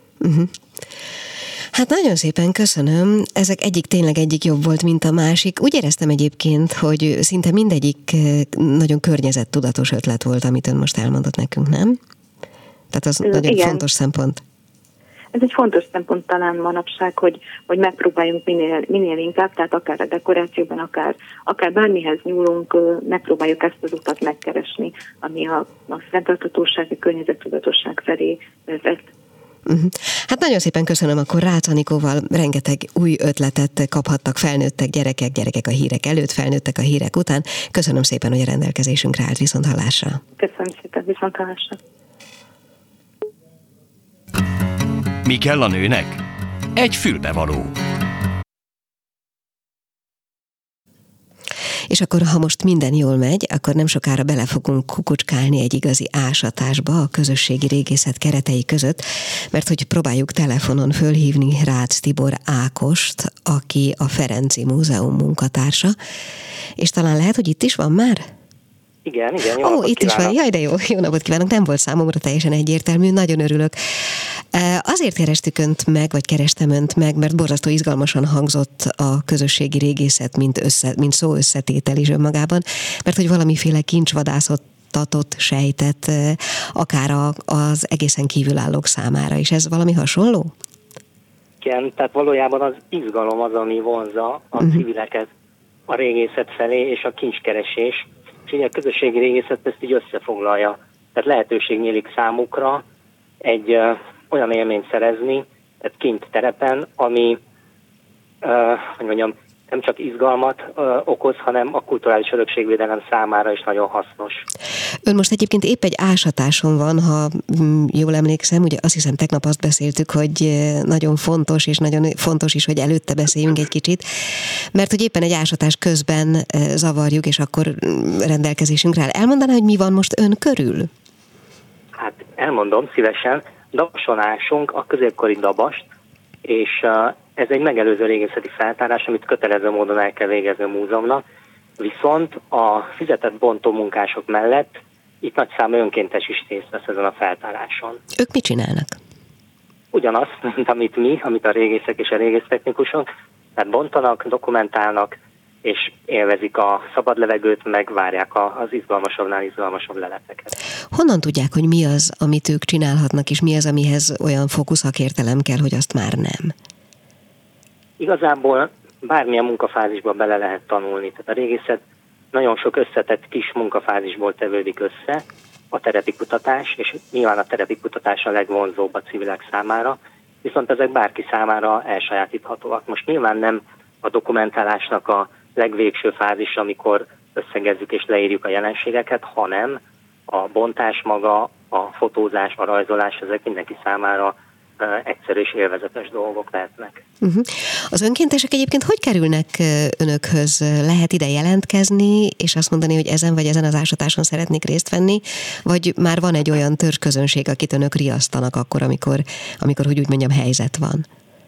Hát nagyon szépen köszönöm. Ezek tényleg egyik jobb volt, mint a másik. Úgy éreztem egyébként, hogy szinte mindegyik nagyon környezettudatos ötlet volt, amit ön most elmondott nekünk, nem? Tehát az nagyon fontos szempont. Ez egy fontos szempont talán manapság, hogy megpróbáljunk minél inkább, tehát akár a dekorációban, akár bármihez nyúlunk, megpróbáljuk ezt az utat megkeresni, ami a fenntarthatóság, a környezettudatosság felé vezet. Hát nagyon szépen köszönöm, akkor Rácz Anikóval rengeteg új ötletet kaphattak felnőttek, gyerekek a hírek előtt, felnőttek a hírek után. Köszönöm szépen, hogy a rendelkezésünkre állt. Viszonthallásra. Köszönöm szépen, viszonthallásra. Mi kell a nőnek? Egy fülbevaló. És akkor, ha most minden jól megy, akkor nem sokára bele fogunk kukucskálni egy igazi ásatásba a közösségi régészet keretei között, mert hogy próbáljuk telefonon fölhívni Rácz Tibor Ákost, aki a Ferenczy Múzeum munkatársa, és talán lehet, hogy itt is van már? Igen, jó napot itt kívánok. is van, jaj, de jó napot kívánok, nem volt számomra teljesen egyértelmű, nagyon örülök. Azért kerestük önt meg, vagy kerestem önt meg, mert borzasztó izgalmasan hangzott a közösségi régészet, mint szó összetétel is önmagában, mert hogy valamiféle kincsvadászatot sejtett, akár az egészen kívülállók számára is. Ez valami hasonló? Igen, tehát valójában az izgalom az, ami vonzza a civileket a régészet felé, és a kincskeresés. És ugye a közösségi régészet ezt így összefoglalja. Tehát lehetőség nyílik számukra egy olyan élményt szerezni, tehát kint terepen, ami, nem csak izgalmat okoz, hanem a kulturális örökségvédelem számára is nagyon hasznos. Ön most egyébként épp egy ásatáson van, ha jól emlékszem, ugye azt hiszem tegnap azt beszéltük, hogy nagyon fontos, és nagyon fontos is, hogy előtte beszéljünk egy kicsit, mert hogy éppen egy ásatás közben zavarjuk, és akkor rendelkezésünkre áll. Elmondaná, hogy mi van most ön körül? Hát elmondom szívesen, Dabason ásunk a középkori dabast, és ez egy megelőző régészeti feltárás, amit kötelező módon el kell végezni a múzeumnak, viszont a fizetett bontó munkások mellett itt nagy számú önkéntes is részt vesz ezen a feltáráson. Ők mit csinálnak? Ugyanazt, mint amit a régészek és a régésztechnikusok, tehát bontanak, dokumentálnak, és élvezik a szabad levegőt, megvárják az izgalmasabbnál izgalmasabb leleteket. Honnan tudják, hogy mi az, amit ők csinálhatnak, és mi az, amihez olyan fokú szakértelem kell, hogy azt már nem? Igazából bármilyen munkafázisba bele lehet tanulni. Tehát a régészet nagyon sok összetett kis munkafázisból tevődik össze, a terepikutatás, és nyilván a terepikutatás a legvonzóbb a civilek számára, viszont ezek bárki számára elsajátíthatóak. Most nyilván nem a dokumentálásnak a legvégső fázis, amikor összegezzük és leírjuk a jelenségeket, hanem a bontás maga, a fotózás, a rajzolás, ezek mindenki számára egyszerű és élvezetes dolgok lehetnek. Az önkéntesek egyébként hogy kerülnek önökhöz? Lehet ide jelentkezni, és azt mondani, hogy ezen vagy ezen az ásatáson szeretnék részt venni, vagy már van egy olyan törzsközönség, akit önök riasztanak akkor, amikor hogy úgy mondjam, helyzet van?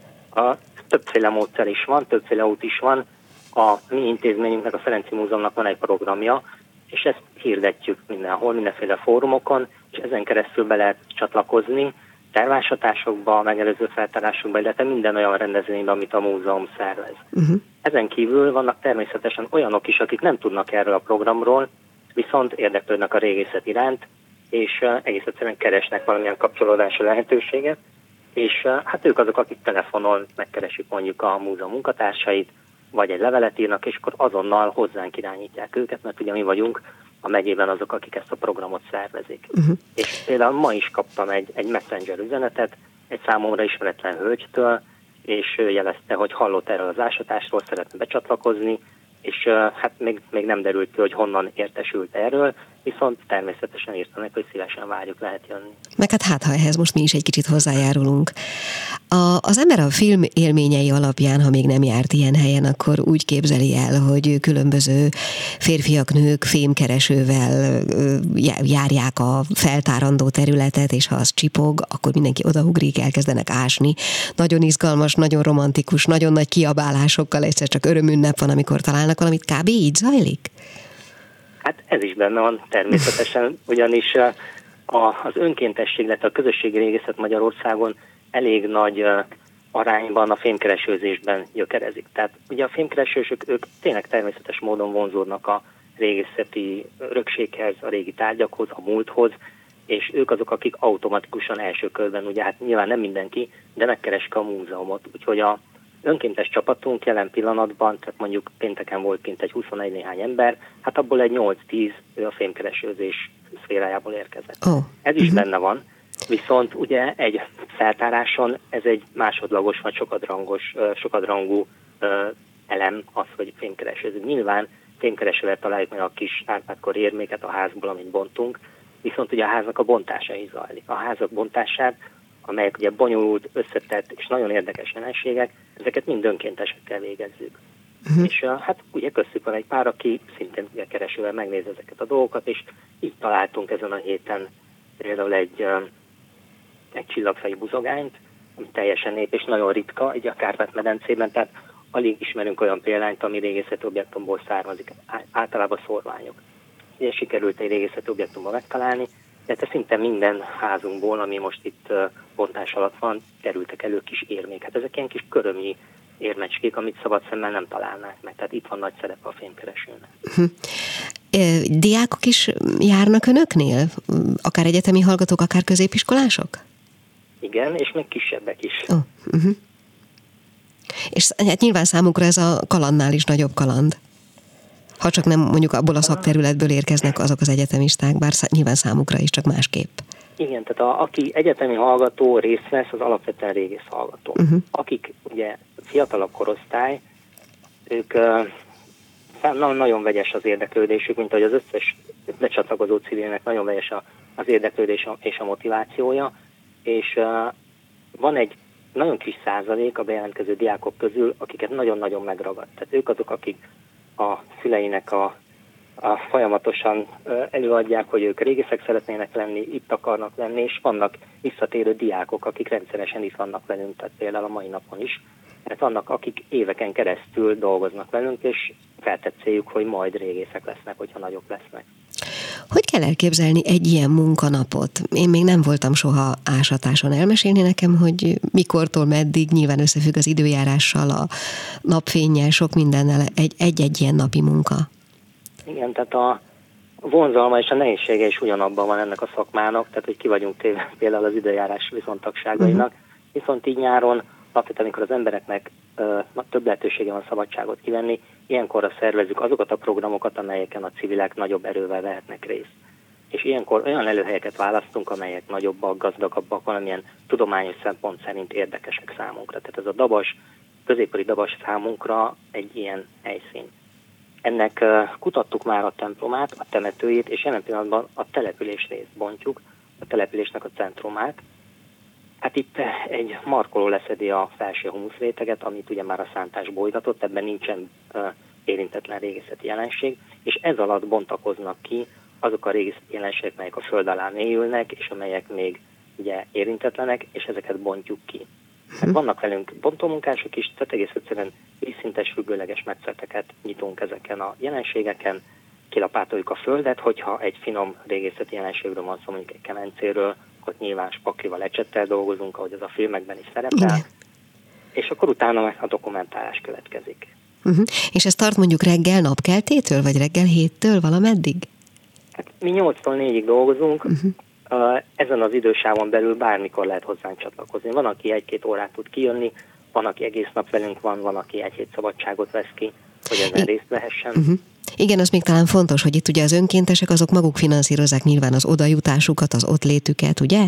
Többféle módszer is van, többféle út is van. A mi intézményünknek, a Ferenci Múzeumnak van egy programja, és ezt hirdetjük mindenhol, mindenféle fórumokon, és ezen keresztül be lehet csatlakozni tervásatásokba, megelőző feltárásokba, illetve minden olyan rendezvényben, amit a múzeum szervez. Ezen kívül vannak természetesen olyanok is, akik nem tudnak erről a programról, viszont érdeklődnek a régészet iránt, és egész egyszerűen keresnek valamilyen kapcsolódási lehetőséget, és hát ők azok, akik telefonon megkeresik mondjuk a múzeum munkatársait, vagy egy levelet írnak, és akkor azonnal hozzánk irányítják őket, mert ugye mi vagyunk a megyében azok, akik ezt a programot szervezik. És például ma is kaptam egy messenger üzenetet egy számomra ismeretlen hölgytől, és ő jelezte, hogy hallott erről az ásatásról, szeretne becsatlakozni, és hát még nem derült ki, hogy honnan értesült erről, viszont természetesen írtam neki, hogy szívesen várjuk, lehet jönni. Meg hát ha ehhez most mi is egy kicsit hozzájárulunk. Az ember a film élményei alapján, ha még nem járt ilyen helyen, akkor úgy képzeli el, hogy különböző férfiak, nők fémkeresővel járják a feltárandó területet, és ha az csipog, akkor mindenki odaugrik, elkezdenek ásni. Nagyon izgalmas, nagyon romantikus, nagyon nagy kiabálásokkal, egyszer csak örömünnep van, amikor találnak valamit. Kb. Így zajlik? Hát ez is benne van természetesen, ugyanis az önkéntesség, illetve a közösségi régészet Magyarországon elég nagy arányban a fémkeresőzésben gyökerezik. Tehát ugye a fémkeresősök, ők tényleg természetes módon vonzódnak a régészeti örökséghez, a régi tárgyakhoz, a múlthoz, és ők azok, akik automatikusan első körben, ugye hát nyilván nem mindenki, de megkeresik a múzeumot. Úgyhogy a önkéntes csapatunk jelen pillanatban, tehát mondjuk pénteken volt kint egy 21 néhány ember, hát abból egy 8-10 ő a fémkeresőzés szférájából érkezett. Ez is benne van, viszont ugye egy feltáráson ez egy másodlagos vagy sokadrangú elem az, hogy fémkeresőzés. Nyilván fémkeresővel találjuk meg a kis Árpád-kor érméket a házból, amit bontunk, viszont ugye a háznak a bontása is zajlik. A házak bontását, amelyek ugye bonyolult, összetett és nagyon érdekes jelenségek, ezeket mind önkéntesekkel végezzük. És hát ugye köztük van egy pár, aki szintén ugye keresővel megnéz ezeket a dolgokat, és így találtunk ezen a héten például egy csillagfejű buzogányt, ami teljesen nép és nagyon ritka, így a Kárpát-medencében, tehát alig ismerünk olyan példányt, ami régészeti objektumból származik, általában szórványok. Ugye sikerült egy régészeti objektumban megtalálni, tehát szinte minden házunkból, ami most itt bontás alatt van, kerültek elő kis érmék. Hát ezek ilyen kis körömnyi érmecskék, amit szabad szemmel nem találnák meg. Tehát itt van nagy szerepe a fémkeresőnek. Diákok is járnak önöknél? Akár egyetemi hallgatók, akár középiskolások? Igen, és még kisebbek is. És hát nyilván számukra ez a kalandnál is nagyobb kaland. Ha csak nem mondjuk abból a szakterületből érkeznek azok az egyetemisták, bár nyilván számukra is, csak másképp. Igen, tehát aki egyetemi hallgató részt vesz, az alapvetően régész hallgató. Akik ugye fiatalabb korosztály, ők nagyon vegyes az érdeklődésük, mint ahogy az összes becsatlakozó civilnek nagyon vegyes az érdeklődés és a motivációja, és van egy nagyon kis százalék a bejelentkező diákok közül, akiket nagyon-nagyon megragad. Tehát ők azok, akik a szüleinek a folyamatosan előadják, hogy ők régészek szeretnének lenni, itt akarnak lenni, és vannak visszatérő diákok, akik rendszeresen itt vannak velünk, tehát például a mai napon is. Mert vannak, akik éveken keresztül dolgoznak velünk, és feltett céljuk, hogy majd régészek lesznek, hogyha nagyobb lesznek. Hogy kell elképzelni egy ilyen munkanapot? Én még nem voltam soha ásatáson. Elmesélni nekem, hogy mikortól meddig, nyilván összefügg az időjárással, a napfénnyel, sok mindennel egy-egy ilyen napi munka? Igen, tehát a vonzalma és a nehézsége is ugyanabban van ennek a szakmának, tehát hogy ki vagyunk téve például az időjárás viszontagságainak, viszont így nyáron tehát amikor az embereknek több lehetősége van szabadságot kivenni, ilyenkorra szervezzük azokat a programokat, amelyeken a civilek nagyobb erővel vehetnek részt. És ilyenkor olyan előhelyeket választunk, amelyek nagyobbak, gazdagabbak, valamilyen tudományos szempont szerint érdekesek számunkra. Tehát ez a Dabas, középkori Dabas számunkra egy ilyen helyszín. Ennek kutattuk már a templomát, a temetőjét, és jelen pillanatban a település részt bontjuk, a településnek a centrumát. Hát itt egy markoló leszedi a felső humuszréteget, amit ugye már a szántás bolygatott, ebben nincsen érintetlen régészeti jelenség, és ez alatt bontakoznak ki azok a régészeti jelenségek, melyek a föld alá mélyülnek, és amelyek még ugye érintetlenek, és ezeket bontjuk ki. Hát vannak velünk bontómunkások is, tehát egész egyszerűen vízszintes, függőleges metszeteket nyitunk ezeken a jelenségeken, kilapátoljuk a földet, hogyha egy finom régészeti jelenségről van szó, mondjuk egy kemencéről, akkor nyilván spaklival, ecsettel dolgozunk, ahogy az a filmekben is szerepel, és akkor utána a dokumentálás következik. És ez tart mondjuk reggel napkeltétől, vagy reggel 7-től valameddig? Hát mi 8-tól 4-ig dolgozunk, ezen az idősávon belül bármikor lehet hozzánk csatlakozni. Van, aki 1-2 órát tud kijönni, van, aki egész nap velünk van, aki 1 hét szabadságot vesz ki, hogy ezen részt vehessen. Igen, az még talán fontos, hogy itt ugye az önkéntesek azok maguk finanszírozzák nyilván az odajutásukat, az ott létüket, ugye?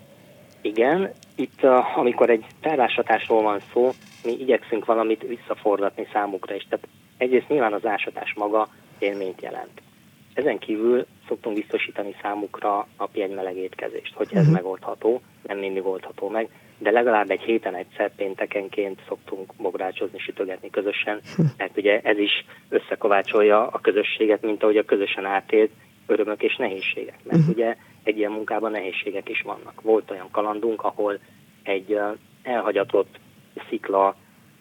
Igen, itt amikor egy tervásatásról van szó, mi igyekszünk valamit visszaforgatni számukra is. Tehát egyrészt nyilván az ásatás maga élményt jelent. Ezen kívül szoktunk biztosítani számukra napi egy meleg étkezést, hogy ez megoldható, nem mindig oldható meg, de legalább egy héten egyszer péntekenként szoktunk bográcsozni, sütögetni közösen, mert ugye ez is összekovácsolja a közösséget, mint ahogy a közösen átélt örömök és nehézségek. Mert ugye egy ilyen munkában nehézségek is vannak. Volt olyan kalandunk, ahol egy elhagyatott szikla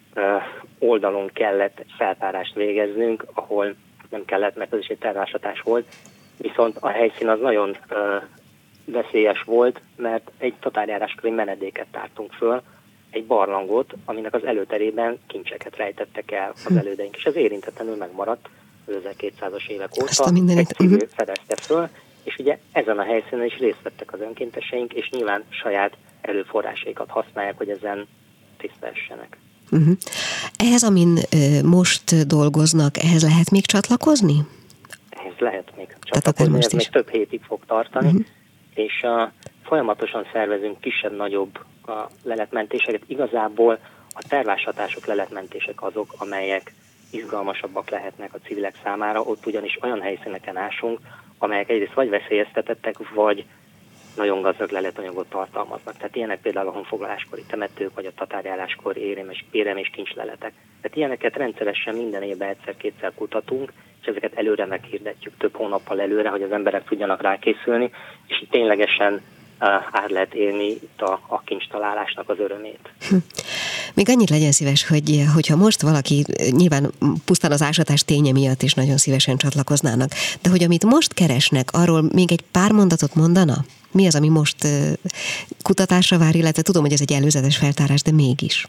oldalon kellett egy feltárást végeznünk, ahol nem kellett, mert ez is egy tervásatás volt, viszont a helyszín az nagyon veszélyes volt, mert egy tatárjáráskori menedéket tártunk föl, egy barlangot, aminek az előterében kincseket rejtettek el az elődeink, és ez érintetlenül megmaradt az 1200-as évek óta, egy civil fedezte föl, és ugye ezen a helyszínen is részt vettek az önkénteseink, és nyilván saját erőforrásaikat használják, hogy ezen részt vessenek. Ehhez, amin most dolgoznak, ehhez lehet még csatlakozni? Ehhez lehet még csatlakozni, ez még több hétig fog tartani, és folyamatosan szervezünk kisebb-nagyobb leletmentéseket. Igazából a terváshatások leletmentések azok, amelyek izgalmasabbak lehetnek a civilek számára, ott ugyanis olyan helyszíneken ásunk, amelyek egyrészt vagy veszélyeztetettek, vagy nagyon gazdag leletanyagot tartalmaznak. Tehát ilyenek például a honfoglaláskori temetők, vagy a tatárjáráskori érem és kincsleletek. Tehát ilyeneket rendszeresen minden évben egyszer-kétszer kutatunk, és ezeket előre meghirdetjük több hónappal előre, hogy az emberek tudjanak rákészülni, és itt ténylegesen át lehet élni itt a kincstalálásnak az örömét. Még annyit legyen szíves, hogyha most valaki nyilván pusztán az ásatás ténye miatt is nagyon szívesen csatlakoznának, de hogy amit most keresnek, arról még egy pár mondatot mondana? Mi az, ami most kutatásra vár, illetve tudom, hogy ez egy előzetes feltárás, de mégis.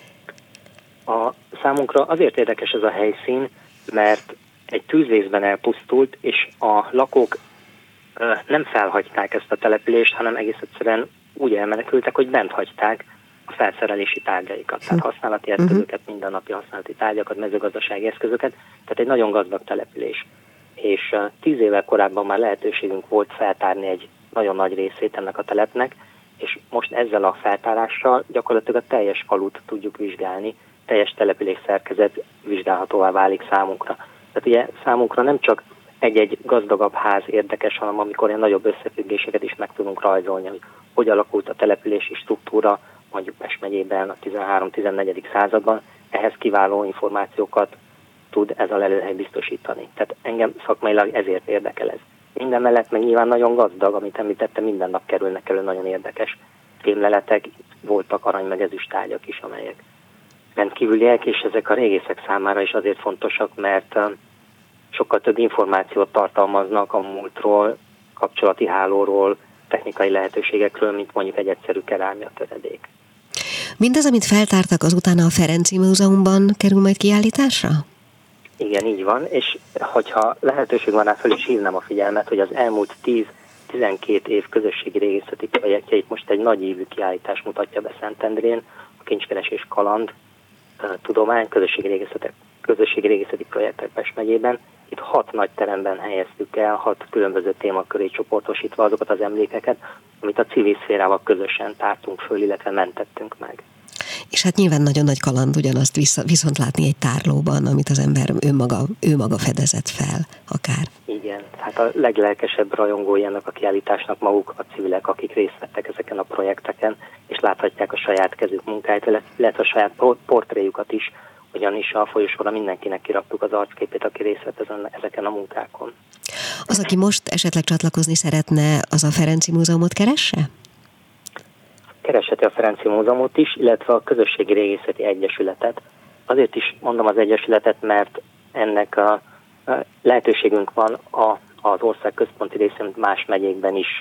A számunkra azért érdekes ez a helyszín, mert egy tűzvészben elpusztult, és a lakók nem felhagyták ezt a települést, hanem egész egyszerűen úgy elmenekültek, hogy bent hagyták a felszerelési tárgyaikat, tehát használati eszközöket, mindennapi használati tárgyakat, mezőgazdasági eszközöket, tehát egy nagyon gazdag település. És 10 évvel korábban már lehetőségünk volt feltárni egy nagyon nagy részét ennek a telepnek, és most ezzel a feltárással gyakorlatilag a teljes falut tudjuk vizsgálni, teljes település szerkezet vizsgálhatóvá válik számunkra. Tehát ugye számunkra nem csak egy-egy gazdagabb ház érdekes, hanem amikor ilyen nagyobb összefüggéseket is meg tudunk rajzolni, hogy alakult a települési struktúra, mondjuk Pest megyében a 13-14. században, ehhez kiváló információkat tud ez a lelőhely biztosítani. Tehát engem szakmailag ezért érdekel ez. Minden mellett meg nyilván nagyon gazdag, amit említettem, minden nap kerülnek elő nagyon érdekes fémleletek, voltak arany meg ezüst tárgyak is, amelyek rendkívüliek, és ezek a régészek számára is azért fontosak, mert sokkal több információt tartalmaznak a múltról, kapcsolati hálóról, technikai lehetőségekről, mint mondjuk egy egyszerű kerámia töredék. Mindaz, amit feltártak, azután a Ferenci Múzeumban kerül majd kiállításra? Igen, így van, és hogyha lehetőség van rá, föl is hívnám a figyelmet, hogy az elmúlt 10-12 év közösségi régészeti projektjeit most egy nagy ívű kiállítás mutatja be Szentendrén, a kincskeresés, kaland, tudomány, közösségi régészeti projektek Pest megyében. Itt 6 nagy teremben helyeztük el, 6 különböző témaköré csoportosítva azokat az emlékeket, amit a civil szférával közösen tártunk föl, illetve mentettünk meg. És hát nyilván nagyon nagy kaland ugyanazt viszont látni egy tárlóban, amit az ember ő maga fedezett fel, akár. Igen, hát a leglelkesebb rajongói ennek a kiállításnak maguk a civilek, akik részt vettek ezeken a projekteken, és láthatják a saját kezük munkáját, illetve a saját portréjukat is, ugyanis a folyosóra mindenkinek kiraktuk az arcképét, aki részt vett ezeken a munkákon. Az, aki most esetleg csatlakozni szeretne, az a Ferenczy Múzeumot keresse? Keresheti a Ferenczy Múzeumot is, illetve a Közösségi Régészeti Egyesületet. Azért is mondom az Egyesületet, mert ennek a lehetőségünk van az ország központi részén, más megyékben is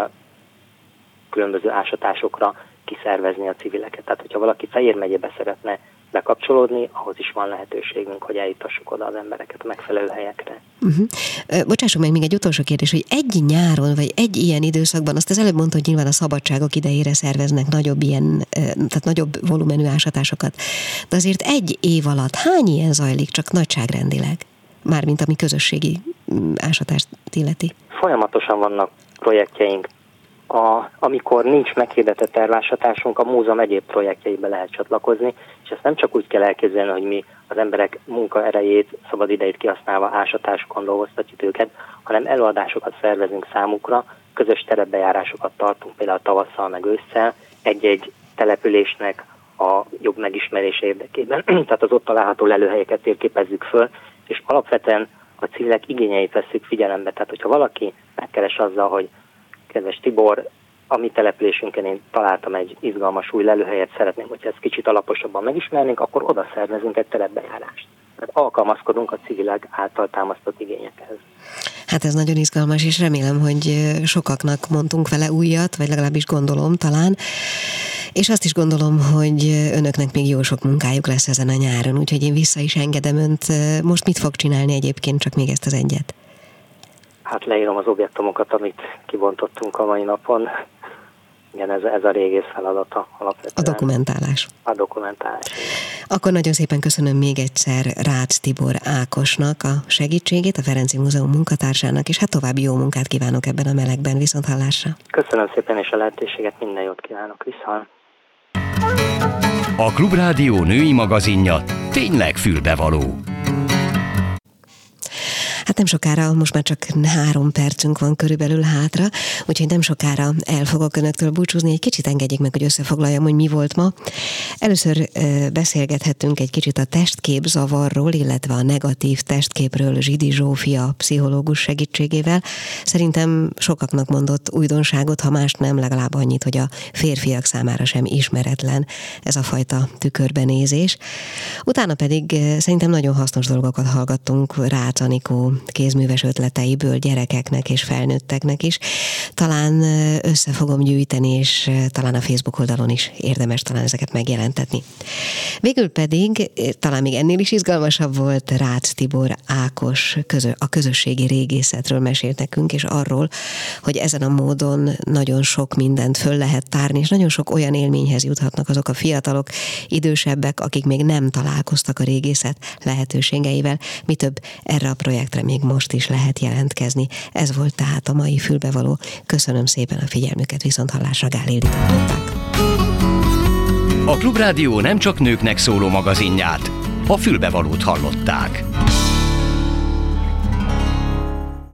különböző ásatásokra kiszervezni a civileket. Tehát, hogyha valaki Fejér megyébe szeretne bekapcsolódni, ahhoz is van lehetőségünk, hogy eljuttassuk oda az embereket a megfelelő helyekre. Bocsássuk meg még egy utolsó kérdés, hogy egy nyáron, vagy egy ilyen időszakban, azt az előbb mondta, hogy nyilván a szabadságok idejére szerveznek tehát nagyobb volumenű ásatásokat, de azért egy év alatt hány ilyen zajlik, csak nagyságrendileg? Mármint ami közösségi ásatást illeti. Folyamatosan vannak projektjeink. Amikor nincs meghirdetett tervásatásunk, a múzeum egyéb projektjeibe lehet csatlakozni, és ezt nem csak úgy kell elképzelni, hogy mi az emberek munkaerejét, szabad idejét kihasználva ásatásokon dolgoztatjuk őket, hanem előadásokat szervezünk számukra, közös terepbejárásokat tartunk például tavasszal meg ősszel, egy-egy településnek a jobb megismerése érdekében, tehát az ott található lelőhelyeket térképezzük föl, és alapvetően a civilek igényeit vesszük figyelembe. Tehát, hogyha valaki megkeres azzal, hogy kedves Tibor, a mi településünkön én találtam egy izgalmas új lelőhelyet, szeretném, hogyha ezt kicsit alaposabban megismernénk, akkor oda szervezünk egy terepbejárást. Tehát alkalmazkodunk a civilek által támasztott igényekhez. Hát ez nagyon izgalmas, és remélem, hogy sokaknak mondtunk vele újat, vagy legalábbis gondolom talán. És azt is gondolom, hogy önöknek még jó sok munkájuk lesz ezen a nyáron, úgyhogy én vissza is engedem önt. Most mit fog csinálni egyébként, csak még ezt az egyet? Hát leírom az objektumokat, amit kibontottunk a mai napon. Igen, ez a régész feladata alapvetően. A dokumentálás. A dokumentálás. Akkor nagyon szépen köszönöm még egyszer Rácz Tibor Ákosnak a segítségét, a Ferenczy Múzeum munkatársának, és hát további jó munkát kívánok ebben a melegben. Viszonthallásra. Köszönöm szépen, és a lehetőséget, minden jót kívánok. Viszont. A Klubrádió női magazinja tényleg fülbevaló. Hát nem sokára, most már csak 3 percünk van körülbelül hátra, úgyhogy nem sokára el fogok önöktől búcsúzni. Egy kicsit engedjék meg, hogy összefoglaljam, hogy mi volt ma. Először beszélgethettünk egy kicsit a testképzavarról, illetve a negatív testképről Zsidi Zsófia pszichológus segítségével. Szerintem sokaknak mondott újdonságot, ha mást nem, legalább annyit, hogy a férfiak számára sem ismeretlen ez a fajta tükörbenézés. Utána pedig szerintem nagyon hasznos dolgokat hallgattunk Rácz Anikó kézműves ötleteiből gyerekeknek és felnőtteknek is. Talán össze fogom gyűjteni, és talán a Facebook oldalon is érdemes talán ezeket megjelentetni. Végül pedig, talán még ennél is izgalmasabb volt, Rácz Tibor Ákos a közösségi régészetről mesélt nekünk, és arról, hogy ezen a módon nagyon sok mindent föl lehet tárni, és nagyon sok olyan élményhez juthatnak azok a fiatalok, idősebbek, akik még nem találkoztak a régészet lehetőségeivel. Mi több, erre a projektre még most is lehet jelentkezni. Ez volt tehát a mai fülbevaló. Köszönöm szépen a figyelmüket, viszonthallásra. Gál Ildit hallották. A Klubrádió nem csak nőknek szóló magazinját, a fülbevalót hallották.